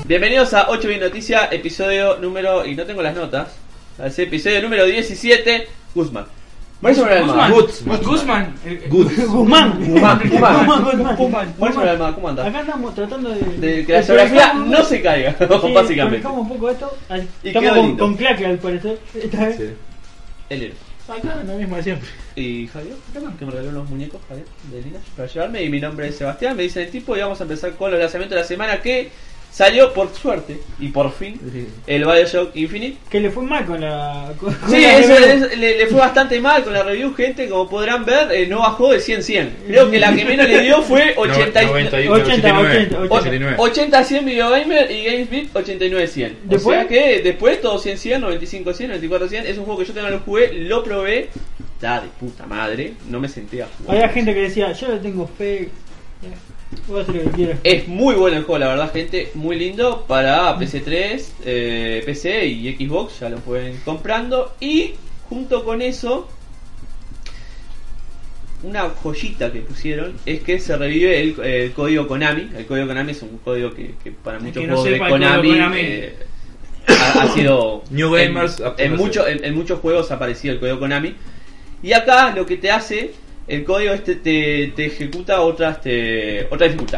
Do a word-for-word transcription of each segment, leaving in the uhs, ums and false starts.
Bienvenidos a ocho bit Noticias, episodio número... Y no tengo las notas. Así, episodio número diecisiete. Guzmán. Mauricio Moralma. Guzmán. Guzmán. Guzmán. Guzmán. Guzmán. Mauricio Moralma, ¿cómo andas? Acá estamos tratando de... De que la geografía no se caiga, básicamente. Dejamos un poco esto. Y Estamos quedó con, lindo. con claque al parecer. Esta vez. Sí. El héroe. Acá lo mismo de siempre. Y Javier, que me regaló unos muñecos, Javier, de Linas, para llevarme. Y mi nombre es Sebastián, me dicen el tipo. Y vamos a empezar con los lanzamientos de la semana que salió por suerte y por fin Sí. el Bioshock Infinite. Que le fue mal con la... Con, con Sí, la eso, review. es- le, le fue bastante mal con la review, gente. Como podrán ver, eh, no bajó de cien a cien. Creo que la que menos le dio fue ochenta y- noventa y- ochenta, ochenta y nueve. ochenta, ochenta y nueve. ochenta a cien Videogamer y GamesBeat ochenta y nueve a cien. O Después- sea que después todo cien a cien, noventa y cinco a cien, noventa y cuatro a cien. Es un juego que yo también lo jugué, lo probé. Está de puta madre, no me senté a jugar. Había gente que decía, yo le tengo fe. Voy a hacer lo que quiera. Es muy bueno el juego, la verdad, gente. Muy lindo para P C tres, eh, P C y Xbox. Ya lo pueden comprando. Y junto con eso, una joyita que pusieron es que se revive el, el código Konami. El código Konami es un código que, que para muchos que no juegos de sepa el código Konami, Konami. eh, ha, ha sido New Gamers, en, apto en, a mucho- hacer. en, en muchos juegos ha aparecido el código Konami. Y acá lo que te hace el código este te, te ejecuta otras te, otra dificultad.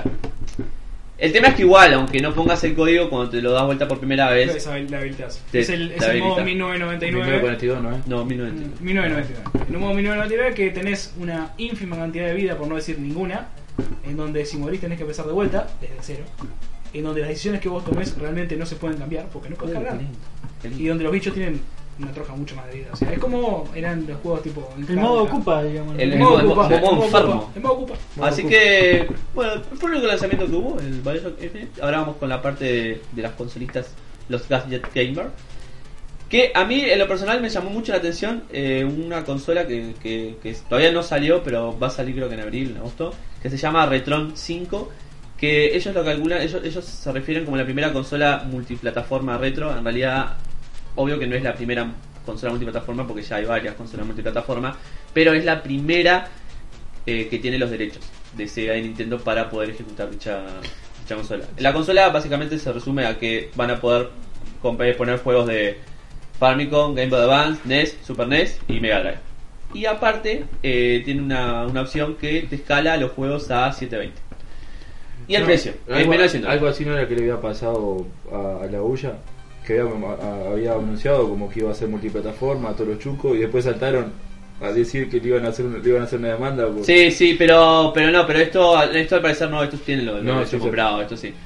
El tema es que igual, aunque no pongas el código, cuando te lo das vuelta por primera vez, Esa la habilitas. Te- Es el, te es el modo habilita. mil novecientos noventa y mil novecientos nueve. cuarenta y dos, ¿no es? no, mil novecientos. mil novecientos noventa y nueve. En un modo mil novecientos noventa y nueve que tenés una ínfima cantidad de vida, por no decir ninguna, en donde si morís tenés que empezar de vuelta, desde cero, en donde las decisiones que vos tomes realmente no se pueden cambiar, porque no puedes Uh, cargar, qué lindo, qué lindo. y donde los bichos tienen una troja mucho más de vida. O sea, es como eran los juegos tipo... El modo ocupa, digamos. El- El modo el ocupa. modo El modo enfermo. ocupa. El modo ocupa. Así que, bueno, fue el único lanzamiento que hubo, el Bioshock Infinite. Ahora vamos con la parte de, de las consolitas, los Gadget Gamer. Que a mí, en lo personal, me llamó mucho la atención eh, una consola que, que, que todavía no salió, pero va a salir creo que en abril, en agosto, que se llama Retron cinco. Que ellos lo calculan, ellos, ellos se refieren como la primera consola multiplataforma retro. En realidad, obvio que no es la primera consola multiplataforma porque ya hay varias consolas multiplataforma, pero es la primera eh, que tiene los derechos de Sega y Nintendo para poder ejecutar dicha, dicha consola. La consola básicamente se resume a que van a poder comp- poner juegos de Famicom, Game Boy Advance, N E S, Super N E S y Mega Drive. Y aparte eh, tiene una, una opción que te escala los juegos a setecientos veinte. Y el No, precio, es algo, menos de cien dólares. algo así no era que le había pasado a, a la Ulla, que había, a- había anunciado como que iba a ser multiplataforma a todos los chucos y después saltaron a decir que le iban a hacer, un- le iban a hacer una demanda. Por... Sí, sí, pero pero no, pero esto esto al parecer no, estos tienen lo, lo No, derecho sí, sí. comprado, esto sí.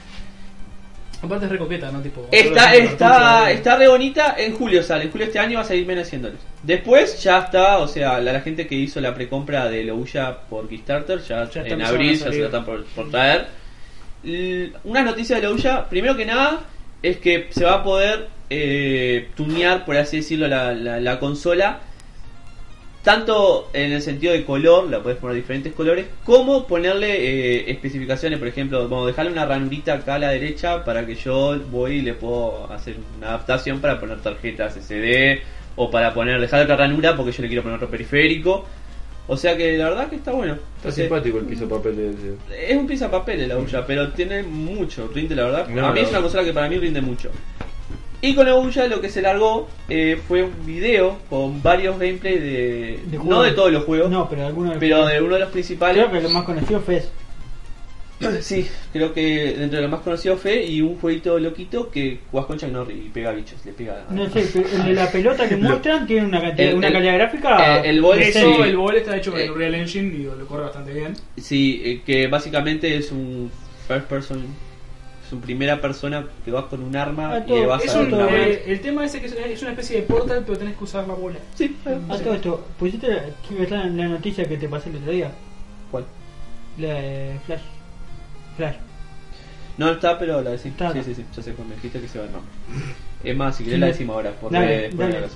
Aparte es recoqueta, ¿no? Tipo, Está, todo el está, cartucho, está re bonita, en julio sale, en julio este año va a salir menos de cien dólares. Después ya está, o sea, la, la gente que hizo la precompra de Ouya por Kickstarter, ya, Ya está en empezando abril a ya se salir. la están por, por traer. L- Una noticia de Ouya, primero que nada, es que se va a poder eh, tunear, por así decirlo, la, la, la consola. Tanto en el sentido de color, la puedes poner diferentes colores, como ponerle eh, especificaciones, por ejemplo, vamos a dejarle una ranurita acá a la derecha para que yo voy y le puedo hacer una adaptación para poner tarjetas S D o para poner, dejar otra ranura porque yo le quiero poner otro periférico. O sea que la verdad que está bueno. Está Entonces, simpático el piso papel de ese. es un papel la Ouya, pero tiene mucho, rinde la verdad. No, a mí no. es una consola que para mí rinde mucho. Y con la Ouya lo que se largó eh, fue un video con varios gameplays de... De no juegos. de todos los juegos, No, pero algunos pero de uno de los principales. Creo que lo más conocido fue eso. Sí, creo que dentro de lo más conocido fue y un jueguito loquito que jugás con Chuck Norris y pega bichos, le pega... No sé, pero el de la pelota que muestran tiene una, cantidad, El- una el- calidad gráfica. eh, el bol- De Sí. hecho, el bol está hecho con Eh. el Unreal Engine y lo corre bastante bien. Sí, eh, que básicamente es un first person, es un primera persona que vas con un arma Ah, y todo- le vas Es a un, dar una eh, vuelta. el tema ese que es, es una especie de portal, pero tenés que usar la bola. Sí, A todo esto, ¿pusiste la, que está en la noticia que te pasé el otro día? ¿cuál? La de Flash. Flash. No está, pero la decimos. Está. Sí, sí, sí, ya sé, cuando me dijiste que se va el nombre. Es más, si querés Sí, la me- decimos ahora. Por dale, redes, por dale. redes.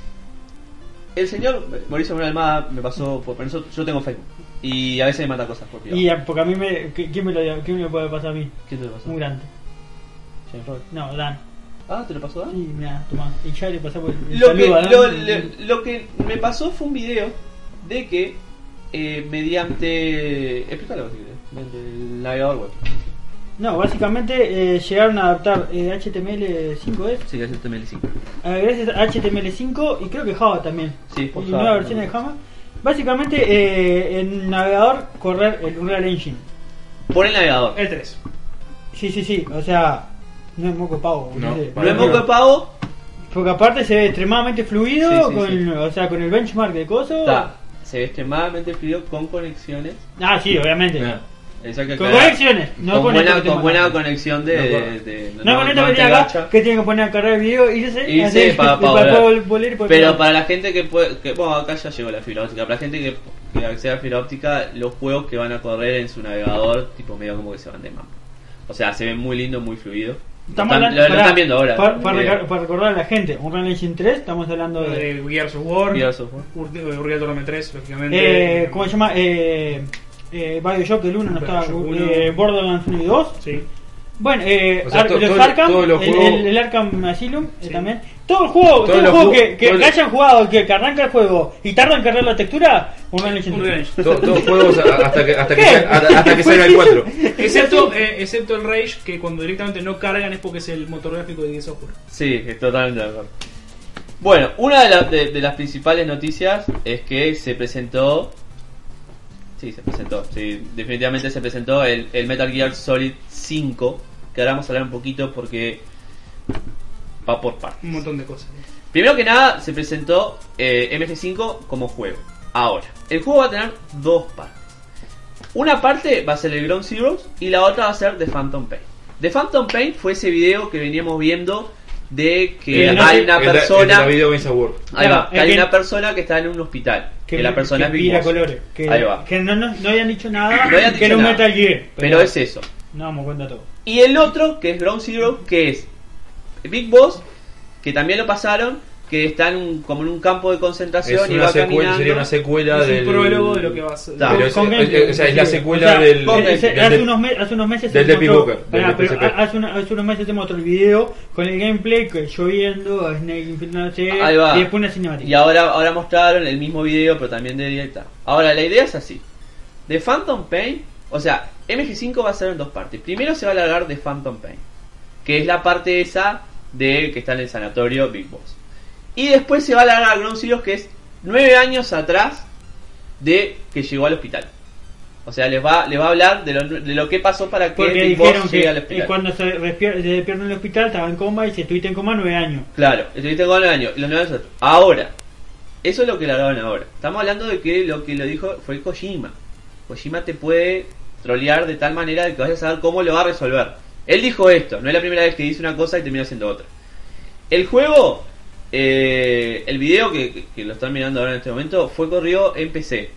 El señor Mauricio Moreno Almada me pasó por por eso yo tengo Facebook. Y a veces me manda cosas por privado. Y a- porque a mí me. ¿Quién me lo, quién me lo puede pasar a mí? ¿Quién te lo pasó? Un grande. James Roy. No, Dan. Ah, ¿te lo pasó Dan? Sí, mira, toma. Y ya le pasamos el Lo que, saludo a Dan. lo, le- lo que me pasó fue un video de que eh, mediante... Explícalo si querés. Mediante el navegador web. No, básicamente eh, llegaron a adaptar eh, H T M L cinco ¿es? Sí, H T M L cinco. Eh, gracias a H T M L cinco y creo que Java también. Sí, por y Java, nueva versión no. de Java. Básicamente eh, en el navegador correr el Unreal Engine. Por el navegador. El tres. Sí, sí, sí. O sea, no es moco pavo. No, sé. No es moco de pavo. Porque aparte se ve extremadamente fluido, Sí, sí, con, sí. o sea, con el benchmark de coso. Está. Se ve extremadamente fluido con conexiones. Ah, sí, obviamente. Nah. Eso hay que Con aclarar. conexiones, no con con buena, esto que te con buena mandan. conexión de. No, de, con- de- No, con esto que te tiene acá, gacha. que tiene que poner a cargar el video y irse. Irse así, para- y para para volver. volver y por Pero otro para la gente que puede. Que, bueno, acá ya llegó la fibra óptica. Para la gente que, que accede a fibra óptica, los juegos que van a correr en su navegador, tipo medio como que se van de mambo. O sea, se ve muy lindo, muy fluido. Estamos lo, están, hablando- lo- lo pará, están viendo ahora. Para, en para video. recar- para recordar a la gente, Unreal Engine tres, estamos hablando de. De Gears of War, Gears of War. Ur- Unreal Tournament tres, lógicamente. Eh, ¿Cómo se llama? Eh, eh, Bioshock, el uno no estaba. Bioshock uno. Eh, Borderlands uno y dos. Sí. Bueno, eh, O sea, Ar- to- los todo- Arkham, todos los el, juegos- el- el Arkham Asylum eh, Sí. también. Todo el juego, todo el los juego ju- que, que, todo el- que hayan jugado, que, que arranca el juego y tarda en cargar la textura, Unreal Engine Unreal tres. Engine. To- Todos juegos a- hasta que, hasta que, ¿Qué? salga, hasta, hasta que salga el cuatro. Excepto, eh, excepto el Rage, que cuando directamente no cargan es porque es el motor gráfico de Gears of War. Sí, es totalmente de acuerdo. Bueno, una de, la- de- de las principales noticias es que se presentó. Sí, se presentó. Sí, definitivamente se presentó el, el Metal Gear Solid cinco. Que ahora vamos a hablar un poquito porque va por partes. Un montón de cosas. Primero que nada, se presentó eh, M G cinco como juego. Ahora, el juego va a tener dos partes. Una parte va a ser el Ground Zeroes y la otra va a ser The Phantom Pain. The Phantom Pain fue ese video que veníamos viendo de que Eh, no hay sé, una El de- el de persona. la Video Games Award. Ahí Claro, va, que el hay que- una persona que está en un hospital. Que, la persona es Big mira Boss. colores. Que, Ahí va. que no, no, no habían dicho nada, No habían que dicho era un nada. Metal Gear. Pero es eso. No damos cuenta todo. Y el otro, que es Ground Zero, que es Big Boss, que también lo pasaron, que está en un, como en un campo de concentración Es y una va secuela, caminando. sería una secuela Es un del. prólogo de lo que va a ser. Ta. Pero es, Con es- gameplay, o sea, es la inclusive. secuela O sea, del. con eh, ese- del- hace, del- unos me- hace unos meses del se Depi mostró- Booker, del Pará, de pero P S P. hace, una- hace unos meses se mostró el video con el gameplay, que lloviendo, a Snake infiltrándose Ahí va. y después una cinemática. Y ahora, ahora mostraron el mismo video, pero también de directa. Ahora, la idea es así. The Phantom Pain, o sea, M G cinco va a ser en dos partes. Primero se va a alargar The Phantom Pain, que es la parte esa de que está en el sanatorio Big Boss. Y después se va a alargar Ground Zeroes, que es nueve años atrás de que llegó al hospital. O sea, les va, les va a hablar de lo, de lo que pasó para que Porque Big dijeron Boss que llegue al eh, hospital. cuando se, respier- se despierta en el hospital estaba en coma y se estuviste en coma nueve años. Claro, estuviste con nueve años y los nueve años otros. Ahora, eso es lo que largaron ahora. Estamos hablando de que lo que lo dijo fue Kojima. Kojima te puede trolear de tal manera de que vayas a saber cómo lo va a resolver. Él dijo esto, no es la primera vez que dice una cosa y termina haciendo otra. El juego, eh, el video que, que- que lo están mirando ahora en este momento, fue corrido en P C.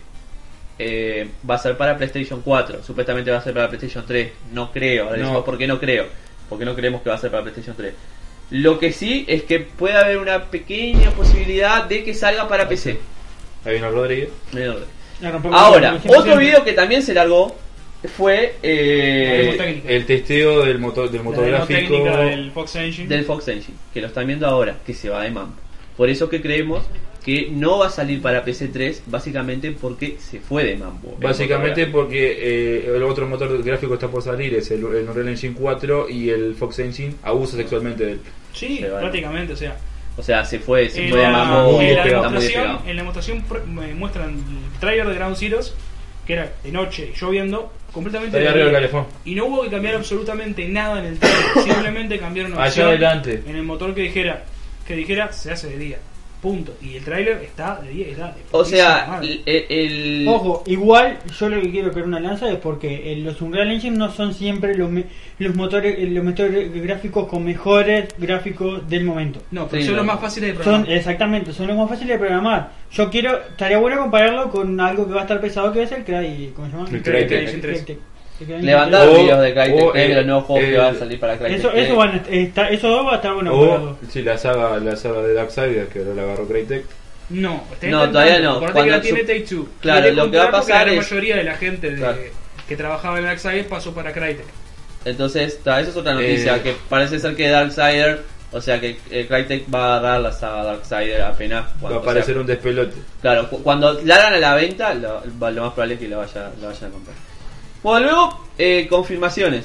Eh, va a ser para PlayStation cuatro, supuestamente va a ser para PlayStation tres, no creo. Ahora No. decimos por qué no creo, porque no creemos que va a ser para PlayStation tres. Lo que sí es que puede haber una pequeña posibilidad de que salga para P C. Ahí vino Rodríguez. La rompemos Ahora, como siempre, otro siempre. video que también se largó fue La eh, demo técnica. El testeo del motor, del motor La demo gráfico. técnica del Fox Engine. del Fox Engine, que lo están viendo ahora, que se va de mambo. Por eso que creemos que no va a salir para P C tres, básicamente porque se fue de mambo. el Básicamente motor porque eh, el otro motor gráfico está por salir, es el, el Unreal Engine cuatro y el Fox Engine abusa sexualmente de él. Sí, Se va. prácticamente, o sea. gráfico. O sea, se fue, se En fue de la, mambo, muy en la está muy demostración, despegado. en la demostración pr- me muestran el trailer de Ground Zeroes, que era de noche y lloviendo, completamente Está ahí de arriba del día. calefón. Y no hubo que cambiar absolutamente nada en el trailer, simplemente cambiaron una Allá opción adelante. en el motor que dijera que dijera se hace de día. Punto. Y el trailer está de día, está de O sea, putísima madre. el, el- Ojo, igual yo lo que quiero crear una lanza es porque eh, los Unreal Engine no son siempre los, me- los motores eh, los motores gráficos con mejores gráficos del momento. No, pero Sí, son no. los más fáciles de Son programar. exactamente, son los más fáciles de programar. Yo quiero, estaría bueno compararlo con algo que va a estar pesado que es el Cry, ¿cómo se llama? El Crytek. Crytek. tres. Crytek. El Crytek. le van a dar O- videos de Crytek o tres, de el- los nuevos juegos que el- van a salir para Crytek Eso, tres. eso, van a estar, eso dos va a estar bueno O compararlo. sí, la saga, la saga de Darksiders que ahora la agarró Crytek. No, está No, intentando. todavía no. Acordate Cuando que la tiene su- Take Two. Claro, Quiere lo que va a comprar porque pasar la es- mayoría de la gente de- Claro. que trabajaba en Darksiders pasó para Crytek. Entonces, ta, esa es otra noticia, Eh, que parece ser que Darksider, o sea que eh, Crytek va a agarrar la saga Darksider apenas Va cuando, a aparecer o sea, un despelote. claro, cu- cuando la hagan a la venta, lo, va- lo más probable es que la, vaya, la vayan a comprar. Bueno, luego, eh, confirmaciones.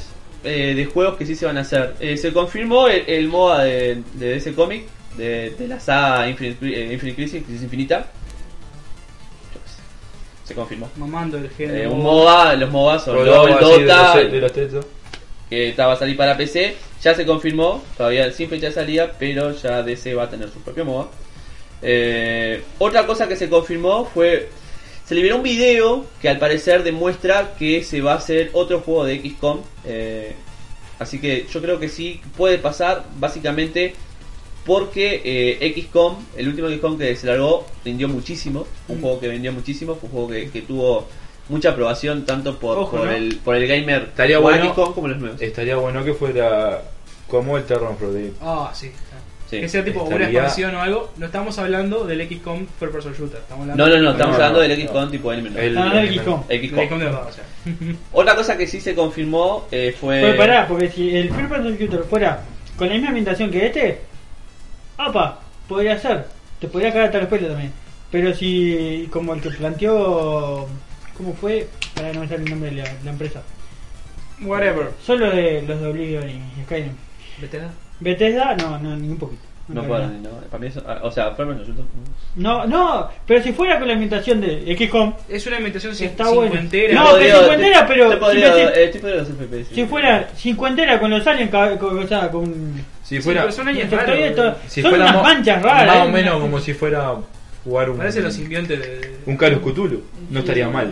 eh, de juegos que sí se van a hacer. Eh, se confirmó el, el MOBA de, de D C Comic, de, de la saga Infinite, eh, Infinite Crisis, Crisis Infinita. Yo qué sé. Se confirmó. Mamando el género. Eh, un MOBA, los MOBA son Por LOL, algo así de Dota, los- de los textos. que estaba a salir para P C. Ya se confirmó, todavía sin fecha de salida, pero ya D C va a tener su propio MOBA. Eh, otra cosa que se confirmó fue... Se liberó un video que al parecer demuestra que se va a hacer otro juego de X COM. Eh, así que yo creo que sí puede pasar, básicamente porque eh, X COM, el último X COM que se largó, vendió muchísimo. Un Mm. juego que vendió muchísimo, fue un juego que, que tuvo mucha aprobación tanto por, Ojo, por, ¿no? el, por el gamer Estaría de bueno- X COM como los nuevos. Estaría bueno que fuera como el Terran Free. Ah, sí. Sí. Que sea tipo una Estaría- expansión o algo. No estamos hablando del X COM First Person Shooter. Estamos hablando No, no, no, estamos No, hablando no, del X COM no. tipo Enemy. ¿no? El- Ah, no, el X COM. X del X COM. COM de verdad, o sea. Otra cosa que sí se confirmó eh, fue... Pues pará, porque si el First Person Shooter fuera con la misma ambientación que este, opa, podría ser. Te podría cagar hasta los pelos también. Pero si, como el que planteó, ¿cómo fue? Para no me sale el nombre de la, la empresa. Whatever. Solo de los de Oblivion y Skyrim. ¿Bethesda? Bethesda, no, no, ni un poquito. No para puedo, nada. no. Para mí eso... ah, O sea, First Person Shooter. No, no, pero si fuera con la ambientación de X COM, Es una imitación Está bueno. cincuentera. No, Te que podría- cincuentera, te- pero te podría- si me decís- eh, tipo de los F P S. si fuera cincuentera con los aliens, ca- con, o sea, con... Si Sí, fuera, pero son años con raros. esto- si son fuera unas mo- manchas raras. más ¿eh? o menos como si fuera jugar un, Parece los simbiontes de. un Carlos Cthulhu. No estaría mal.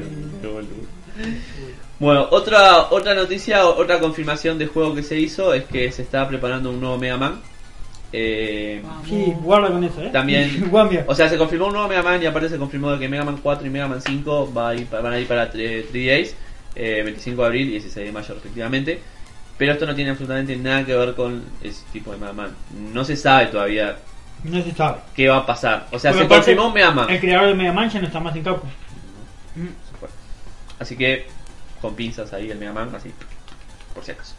Bueno, otra otra noticia, otra confirmación de juego que se hizo es que se está preparando un nuevo Mega Man. Eh, Vamos. Sí, guarda con eso, ¿eh? También- Guambia. o sea, se confirmó un nuevo Mega Man y aparte se confirmó que Mega Man cuatro y Mega Man cinco va a ir, pa- van a ir para tres Days, eh, veinticinco de abril y dieciséis de mayo respectivamente. Pero esto no tiene absolutamente nada que ver con ese tipo de Mega Man. No se sabe todavía No se sabe. qué va a pasar. O sea, Porque se aparte, confirmó un Mega Man. El creador de Mega Man ya no está más en Capcom. Se fue. Así que con pinzas ahí el Mega Man, así, por si acaso.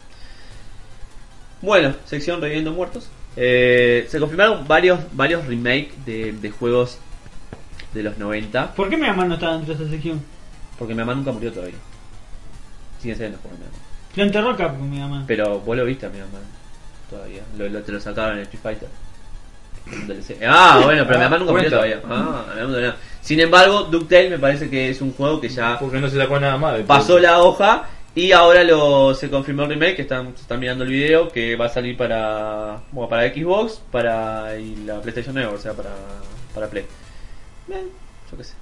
Bueno, sección Reviviendo Muertos. Eh, se confirmaron varios varios remakes de, de juegos de los noventa. ¿Por qué Mega Man no está dentro de esa sección? Porque Mega Man nunca murió todavía. Sigue siendo juego de Mega Man. Lo enterró Capcom Mega Man. Pero vos lo viste a Mega Man todavía. Lo, lo- te lo sacaron en Street Fighter. Un D L C. Ah, bueno, pero Mega Man nunca murió Cuenta. todavía. Ah, Mega Man todavía no. Sin embargo, DuckTales me parece que es un juego que ya Porque no se sacó nada más. después. pasó la hoja y ahora lo se confirmó el remake, que están, se están mirando el video, que va a salir para bueno, para Xbox, para y la PlayStation Network, o sea, para, para Play. Bien, yo qué sé.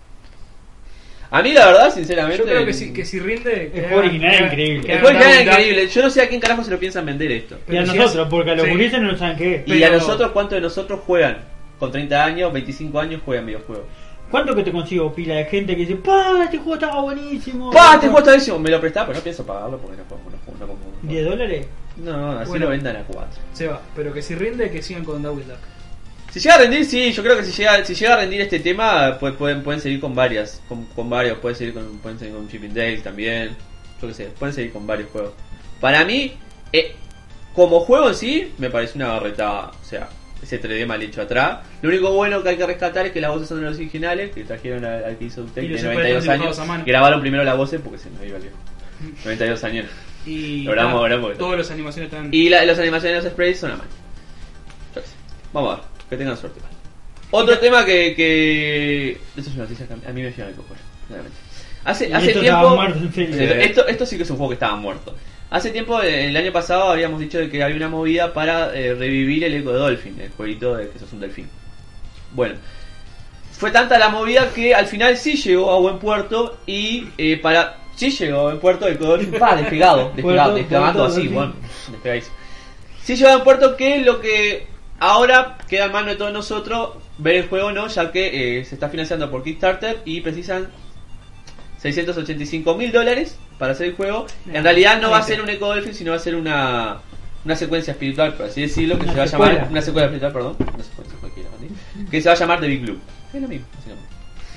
A mí la verdad, sinceramente... Yo creo que si, que si rinde. que El haga- juego original que es haga- increíble. que El haga juego original es Double increíble. Yo no sé a quién carajo se lo piensan vender esto. Y a pero si nosotros, es- porque a los sí. gurises no saben qué es. Y a Pero- nosotros, ¿cuántos de nosotros juegan? Con treinta años, veinticinco años, juegan videojuegos. ¿Cuánto que te consigo pila de gente que dice, pa, este juego estaba buenísimo? ¡Pah! Este juego está buenísimo. Me lo prestaba, pero no pienso pagarlo porque no juego. No, juego, no, juego, no, ¿diez dólares? no, así Bueno. lo vendan a cuatro. Se va, pero que si rinde, que sigan con Double Duck. Si llega a rendir, sí, yo creo que si llega, si llega a rendir este tema, pues pueden, pueden seguir con varias, con, con varios, pueden seguir con, pueden seguir con Chip 'n Dale también, yo qué sé, pueden seguir con varios juegos. Para mí, eh, como juego en sí, me parece una barretada, o sea, ese tres D mal hecho atrás. Lo único bueno que hay que rescatar es que las voces son de los originales, que trajeron al, al que hizo usted, Y que los tiene efectos noventa y dos años, dibujados a mano. grabaron primero las voces porque se nos iba el viejo. noventa y dos años. Y Logramos, ah, logramos. todas las animaciones están. Y la, las animaciones de los sprays son a mano. Yo qué sé. Vamos a ver, que tengan suerte. Otro tema que, que... Eso es una noticia que a mí me lleva el cojones, realmente. Hace, Y hace esto tiempo... estaba muerto, en serio. esto, esto, esto sí que es un juego que estaba muerto. Hace tiempo, eh, el año pasado, habíamos dicho de que había una movida para eh, revivir el Echo de Dolphin, el jueguito de que sos un delfín. Bueno, fue tanta la movida que al final sí llegó a buen puerto y eh, para... Sí llegó a buen puerto, el Echo de Dolphin va despegado, despegado, Puerto- despegando puerto así, Dolphin. bueno, despegáis. Sí llegó a buen puerto que lo que ahora queda en mano de todos nosotros ver el juego, ¿no? Ya que eh, se está financiando por Kickstarter y precisan seiscientos ochenta y cinco mil dólares para hacer el juego. En realidad no va a ser un Echo Dolphin, sino va a ser una, una secuencia espiritual, por así decirlo, que Una se va a secuela. llamar... Una secuela espiritual, perdón. Una secuencia cualquiera, ¿vale? Que se va a llamar The Big Blue. Es lo mismo, básicamente.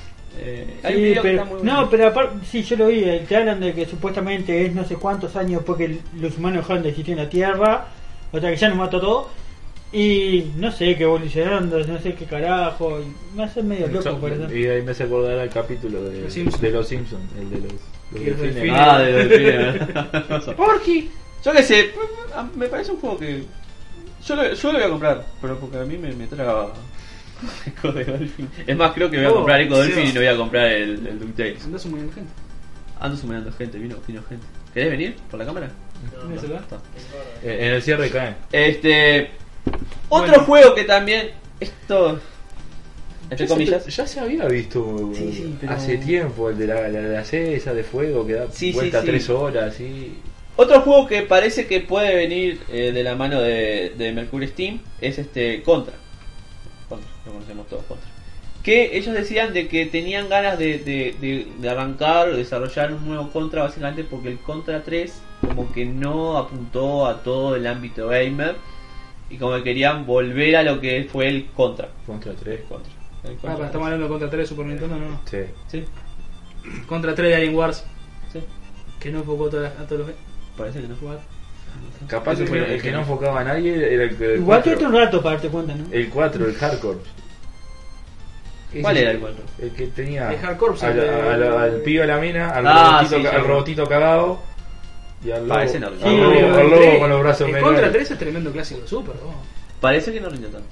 Eh, hay un Sí, video que pero, está muy bueno. no, pero aparte, sí, yo lo vi, eh, te hablan de que supuestamente es no sé cuántos años después que los humanos dejaron de existir en la Tierra, o sea que ya nos mató todo, y no sé qué evolucionando, no sé qué carajo, y me hace medio loco por eso. Y ahí me hace acordar al capítulo de Los Simpsons. de los Simpsons, el de los, los Y los delfines. delfines. Ah, de delfines. Porky, Yo qué sé, me parece un juego que. Yo lo, yo lo voy a comprar, pero porque a mí me, me traga Echo de Dolphin. Es más, creo que voy a Oh, comprar Echo Dolphin sí. y no voy a comprar el, el DuckTales. Andás un montón de gente. Ando sumando gente, vino, vino gente. ¿Querés venir por la cámara? ¿Tienes celular? Está. Eh, En el cierre caen. Este. Otro Bueno. juego que también. Esto. Entre Ya se- comillas. ya se había visto Sí, sí, pero- hace tiempo el de la, la, la C esa de fuego que da Sí, vuelta sí, sí. tres horas y Otro juego que parece que puede venir eh, de la mano de, de Mercury Steam es este Contra. Contra, lo conocemos todos, Contra. Que ellos decían de que tenían ganas de, de, de, de arrancar o desarrollar un nuevo Contra, básicamente porque el Contra tres como que no apuntó a todo el ámbito gamer y como que querían volver a lo que fue el Contra. contra tres. Contra. El Ah, Contra pero estamos hablando de Contra tres de Super Nintendo, no. Sí. Sí, Contra tres de Alien Wars, sí, que no enfocó a todas las- a todos los parece que no. jugadores. Capaz Ese el, fue que- el el que que- no enfocaba a nadie era el que el Igual cuatro. tuviste un rato para darte cuenta, ¿no? El cuatro, el hardcore. ¿Cuál Ese- era el cuatro? El que tenía El hardcore, al, el de- al, al, al pibe a la mina, al, Ah, robotito, sí, ca- sí, al sí. robotito cagado y al lobo, Parece no, al sí, lobo- el al lobo tres- con los brazos El medio- Contra tres es tremendo clásico de Super, ¿no? Parece que no rindió tanto.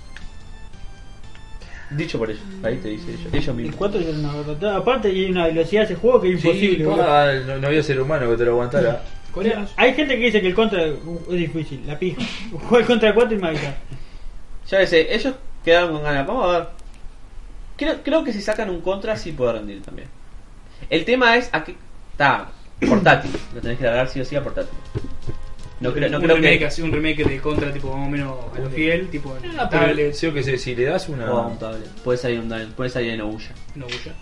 Dicho por ellos, ahí te dice ellos, ellos El mismos. cuatro era una barbaridad. Aparte, hay una velocidad de ese juego que es Sí, imposible. boludo. pa, no, no había ser humano que te lo aguantara. Coreanos. Hay gente que dice que el contra es difícil, la pija. Juega el contra cuatro y me avisa. Ya que sé, ellos quedaron con ganas. Vamos a ver. Creo, creo que si sacan un contra sí puede rendir también. El tema es a qué está portátil. Lo tenés que largar sí o sí a portátil. No creo, no un creo remake, que así, un remake de Contra tipo más o menos a lo fiel, tipo en Ah, pero tablet, sí, o que sé, si le das una. o a un tablet. Puede salir un tablet, puede salir en Ouya. no bulla.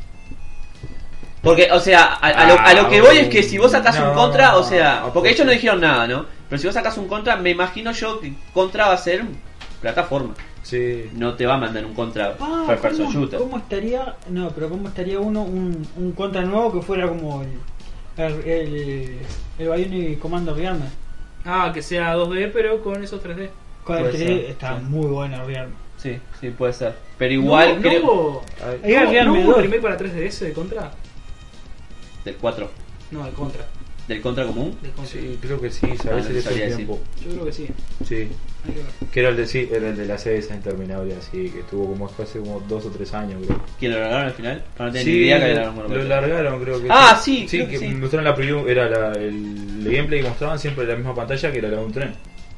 Porque, o sea, a, a lo, a lo que voy es que si vos sacás No, un contra, o sea, no, porque ellos no porque- dijeron nada, ¿no? Pero si vos sacás un contra, me imagino yo que contra va a ser plataforma. Sí. No te va a mandar un contra Ah, per person ¿cómo, shooter. ¿cómo estaría? No, pero ¿cómo estaría uno, un, un contra nuevo que fuera como el. El, el, el Bionic Commando Rearme? Ah, que sea dos D pero con esos tres D. Con el Puede tres D ser, está sí. muy bueno Rearme. Sí, sí, puede ser. Pero igual no, creo... no hubo, Ay, Ahí va no, Rearme ¿no hubo dos. remake para tres D S de Contra? Del cuatro. No, de Contra. Del contra común. De Contra. sí, creo que sí, Ah, sabes no el sabía decir. tiempo. Yo creo que sí. Sí. Hay que ver. Que era el de sí, era el de la serie esa interminable así, que tuvo como fue hace como dos o tres años, creo. ¿Quién lo largaron al final? Para no tener Sí, ni idea que lo largaron. Bueno, lo bueno. largaron, creo que Ah, sí, sí, creo que que sí. mostraron la preview, era la, el, el gameplay que mostraban siempre en la misma pantalla que era la de un tren.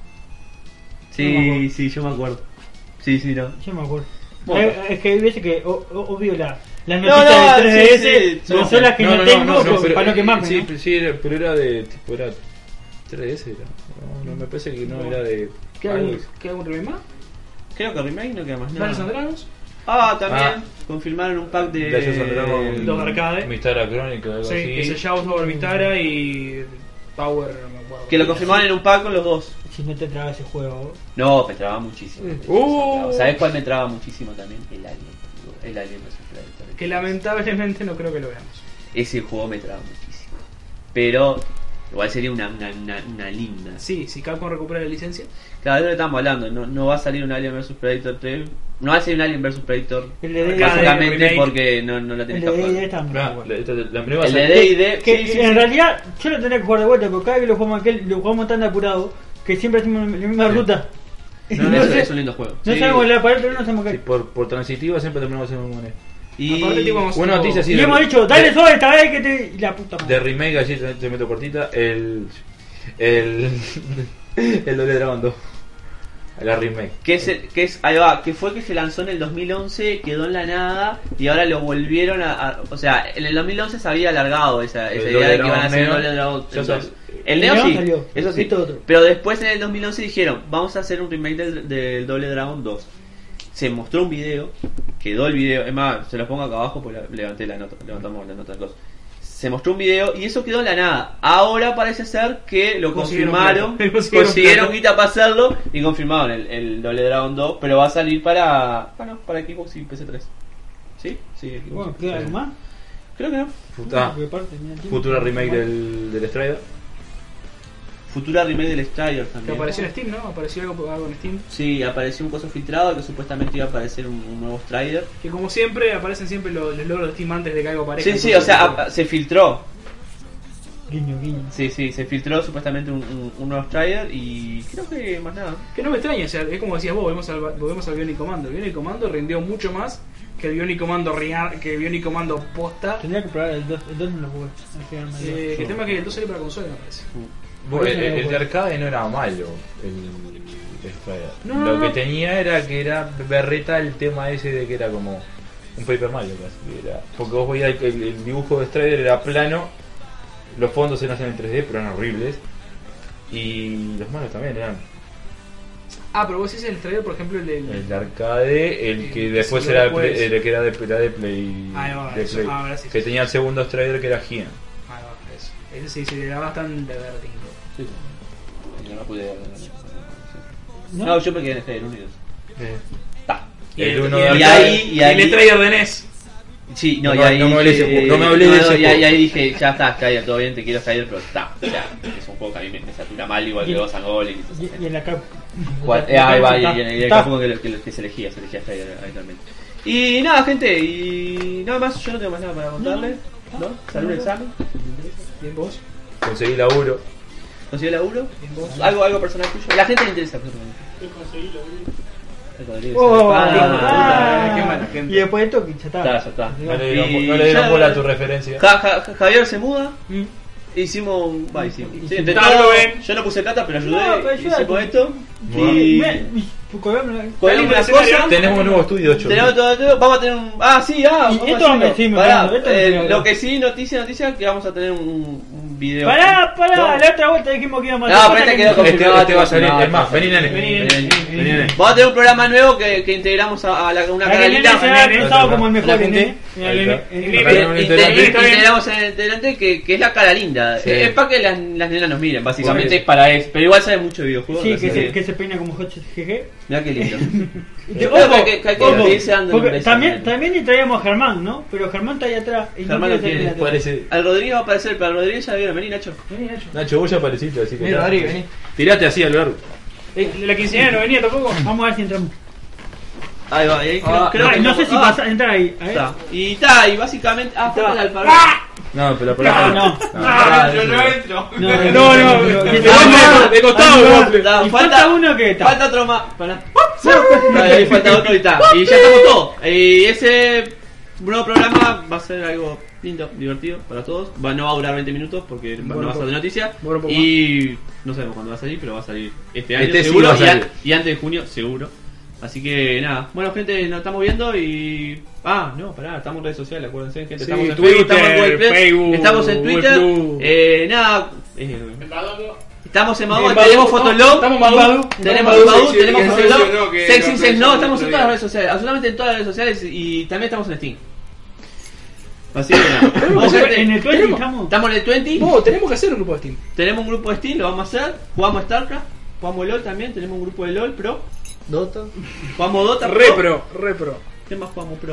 Sí, No me acuerdo. sí, yo me acuerdo. Sí, sí, no. Yo me acuerdo. Bueno. Eh, es que hay veces que, o- o- obvio, la, las No, noticias no, de tres D S sí, sí, no sí. son las que no, tengo pues, para no quemarme. Sí, ¿no? pero, sí, era, pero era de tipo era tres D S era. No, no me parece que no era de ¿Queda algo- algún, ¿Queda algún remake más? Creo que remake no queda más Dungeons and nada. Dragons. Ah, también Ah. confirmaron un pack de... Dungeons and Dragons, Los de arcade. Mystara Chronicle, algo Sí, así. que es el Shadows over Vistara y Power, no me acuerdo. Que lo confirmaron en un pack con los dos. Si no te traga ese juego. No, me traba muchísimo. Uh. ¿Sabes cuál me traba muchísimo también? El Alien. El Alien versus Predator. Que lamentablemente no creo que lo veamos. Ese juego me traba muchísimo. Pero igual sería una, una, una, una linda. Sí, si Capcom recupera la licencia. Cada vez lo que estamos hablando. No, no va a salir un Alien versus Predator tres. No va a salir un Alien versus Predator. El de D Acá, Básicamente remake. porque no, no la El tenés de que D jugar. está muy Ah, bueno. la, esta- la primera El va a de ser- D y D. Que sí, sí, en sí. realidad yo lo tendría que jugar de vuelta porque cada vez que lo jugamos aquel lo jugamos tan apurado que siempre hacemos la misma Sí. ruta. No, No es, sé- es un lindo juego. No Sí. sabemos la pared, pero no sabemos Sí, qué. por, por transitiva siempre terminamos haciendo un Y... Aparte, tipo, vamos- Una noticia así Y de- hemos dicho, dale de- sobre esta vez que te. Y la puta madre. De remake, así te, te meto cortita, el. El. El Doble Dragon dos. La remake. Que es, el- que es, ahí va, que fue que se lanzó en el dos mil once, quedó en la nada y ahora lo volvieron a, a- o sea, en el dos mil once se había alargado esa, El esa Doble idea de que iban a Dragon hacer el Neo, Doble Dragon ya dos. sabes. El El Neo Neo sí, salió, eso sí, esto otro. pero después en el dos mil once dijeron, vamos a hacer un remake del, del Doble Dragon dos. Se mostró un video, quedó el video, es más, se los pongo acá abajo porque la- levanté la nota, levantamos la nota de cosas. Se mostró un video y eso quedó en la nada. Ahora parece ser que lo Consiguieron confirmaron, plata. Consiguieron consiguieron plata. guita para hacerlo y confirmaron el, el Doble Dragon dos, pero va a salir para, bueno, para Xbox y P C tres. ¿Sí? Sí, Xbox. Bueno, ¿queda algo más? Creo que no. Fut- ah, Porque aparte, mira el tiempo. futura remake del, del Strider. Futura remake del Strider Que también. apareció en Steam, ¿no? Apareció algo, algo en Steam. Sí, apareció un coso filtrado que supuestamente iba a aparecer un, un nuevo Strider. Que como siempre aparecen siempre los, los logros de Steam antes de que algo aparezca. Sí, sí, o sea, a- se filtró. Guiño, guiño. Sí, sí, se filtró supuestamente un, un, un nuevo trailer y creo que más nada. Que no me extraña, o sea, es como decías vos, volvemos al, volvemos al Bionic Commando. El Bionic Commando rindió mucho más que el Bionic Commando real, que el Bionic Commando posta. Tendría que probar el dos, el dos no lo jugué. al final me dio. Eh, que el tema es que el dos salió para consola, me parece. Bueno, el, el de arcade no era malo, el, el Strider. No, no, Lo no. que tenía era que era berreta el tema ese de que era como un Paper Mario casi. Era, porque vos veías el, el, el dibujo de Strider era plano, los fondos eran en tres D pero eran horribles. Y los malos también eran. Ah, pero vos decís el trailer, por ejemplo, el del. El de arcade, el que El después que era después- el, play- el que era de, era de Play. Ah, no, de eso, Play, ah, ahora sí, que sí, tenía el segundo Strider que era Gian. Ah, no, eso. Ese sí, sí, era bastante verde. Sí, sí. Yo no pude. ¿No? No, yo me quedé en Estados Unidos. Ta. Y El el, uno y de el- y arcade. ahí- y el trailer de N E S. Sí, no, No y me- ahí no me hablé de ese dije, juego, no me hablé de ese y ahí, juego. ahí dije, ya está, Skyler, todo bien, te quiero Skyler, pero está. O sea, es un juego que a mí me, me satura mal, igual que Y- Ghost and Goblins y todas Y, esas y en la cap. Cual- eh, ahí va, y, Está- y en el está- campo que, lo- que, lo- que se elegía, se elegía Skyler habitualmente. Y nada, gente, y nada más, yo no tengo más nada para contarles, ¿no? Salud un examen, Bien vos. Conseguí laburo. consiguió laburo, Bien vos. algo, algo personal tuyo. A la gente le interesa, absolutamente. El Rodríguez. Oh, Ah, ah, qué mala gente. Y después de Toki, ya está. Ya está, ya está. No le dieron, Y no le dieron ya- bola a tu referencia. Ja- ja- ja- Javier se muda. Mm. Hicimos un. Va, hicimos. Sí, Hicimos- entre Ah, todos, lo ven. yo no puse plata, pero ayudé. No, pero ayuda. hicimos esto. Bueno. Y. Me- mi- colgame- Colgamos las escenario. cosas. Tenemos un nuevo estudio ocho. Tenemos todo, todo- vamos a tener un. Ah, sí, ah. Y vamos esto a decirlo. me- sí, me Pará, acuerdo, esto me eh, acuerdo. lo que sí, noticia, noticia, que vamos a tener un, un video. Pará, pará, No. la otra vuelta dijimos que íbamos a No, hacer pero cosas este que quedó no- con- Este, este va a salir. No, Es más, no, vení, nene. vení, nene. Vení, Vení, nene. Vamos a tener un programa nuevo que, que integramos a, a la, una La que cara el nene linda. se ha nene, pensado otro, como el la mejor gente. nene. Mira, Ahí nene, está. el Inter- nene. Acá tenemos un Inte- integrante. inte- integramos en el integrante que, que es la cara linda. Sí. Es para que las, las nenas nos miren, básicamente Por eso. es para eso. Pero igual sabe mucho de videojuegos. Sí, así que se, que se peina como Hot G G. Mirá qué lindo. Yo Yo creo que, que hay que despedirse dando un Porque beso. también, también le traíamos a Germán, ¿no? Pero Germán está ahí atrás. Y Germán no lo quiere tiene, salir atrás. Parece. Al Rodríguez va a aparecer, pero al Rodríguez ya lo vieron. Vení, Nacho. Vení, Nacho. Nacho, vos ya apareciste, así que. Vení, ya. Rodrigo, vení. Tirate así al largo. Eh, La quinceañera no venía tampoco. Vamos a ver si entramos. Ahí va, ahí creo, Ah, creo Ay, que no sé si ah, pasa, entra ahí. A ver. está. Y está, y básicamente. Ah, falta el alfabeto. No, pero por No, acá. no. Ah, yo eso. no entro. No, No, no. no, De no. costado, de costado, Ah, no. waffle. Está, Y falta uno que está. Falta otro más. Pará. Está, ahí falta otro y está. Y ya estamos todos. Y ese nuevo programa va a ser algo lindo, divertido para todos. Va, no va a durar veinte minutos porque va- Bueno, no va a ser de noticias. bueno, un poco Y no sabemos cuándo va a salir, pero va a salir este año Este sí seguro. va a y, an- salir. y antes de junio, seguro. Así que nada, bueno gente, nos estamos viendo y... Ah, no, pará, estamos en redes sociales, acuérdense gente, Sí, estamos en Twitter, Facebook, estamos en Google Plus, Facebook, estamos en Google Twitter, Plus. eh, nada, eh, estamos en Madu, En tenemos Badu, Fotolog, estamos en Badu. tenemos Badu, Badu, Sexy tenemos Education, Fotolog, no, que Sexy lo Sex, no, actualizamos estamos en el todas las otro redes sociales, absolutamente en todas las redes sociales y también estamos en Steam. Así que nada, Tenemos Vos, que- gente, en el veinte tenemos- estamos. estamos en el veinte, Vos, tenemos que hacer un grupo de Steam. tenemos un grupo de Steam, lo vamos a hacer, jugamos StarCraft, jugamos LOL también, tenemos un grupo de LOL Pro, Dota. jugamos Dota Re pro, re pro. ¿Qué más jugamos Pro?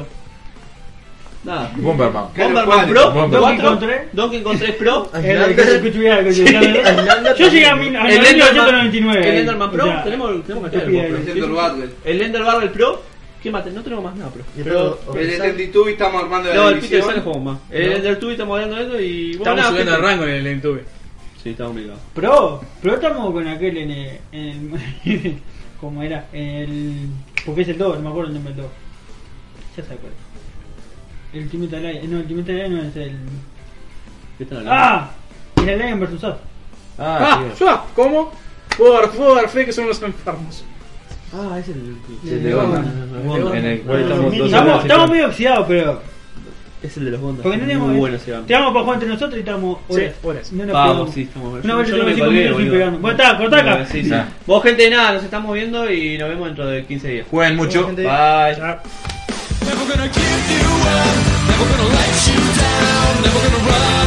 Nada. Bomberman. Bomberman Pro, Bomberman. Donkey cuatro, Kong tres. Donkey Kong tres Pro, Era el que se escuchaba, que se escuchaba. Yo llegué a mil- a el mil novecientos Enderman, noventa y nueve. el Enderman Pro, O sea, tenemos, tenemos que estúpida hacer el idea. Pro. Ender Battle. El Ender Barrel Pro, ¿qué más? No tenemos más nada Pro. Pero, El Ender D dos estamos armando la no, el Peter sale división. jugamos más. El Ender Two estamos hablando de eso y bueno, Estamos nada, subiendo el gente. rango en el YouTube. Sí, estamos obligados. Pro, pero estamos con aquel en el. En el ¿Cómo era? En el. Porque es el dos, no me acuerdo el nombre del dos. Ya sabes cuál es. El Ultimate Alliance. No, el Ultimate Alliance no es el. ¿Qué están hablando? ¡Ah! El Alliance versus Us. Ah, Ah, sí. ya, ¿cómo? Puedo dar, puedo dar fe que son los enfermos. Ah, es el. El de Gondor. En el cual estamos dos Estamos, horas. estamos medio oxidados, pero. Es el de los Gondor. Porque no tenemos. Muy bueno se llama. Tiramos para jugar entre nosotros y estamos Sí, horas. horas. No nos Vamos, pegamos. sí, estamos Una yo- vez yo no tenemos me cinco colgué, minutos sin boludo. pegarnos. Bueno, está, corta acá. Sí, sí. Nah. Vos gente, nada, nos estamos viendo y nos vemos dentro de quince días. Jueguen mucho. Bye. Ya. Never gonna give you up, never gonna let you down, never gonna run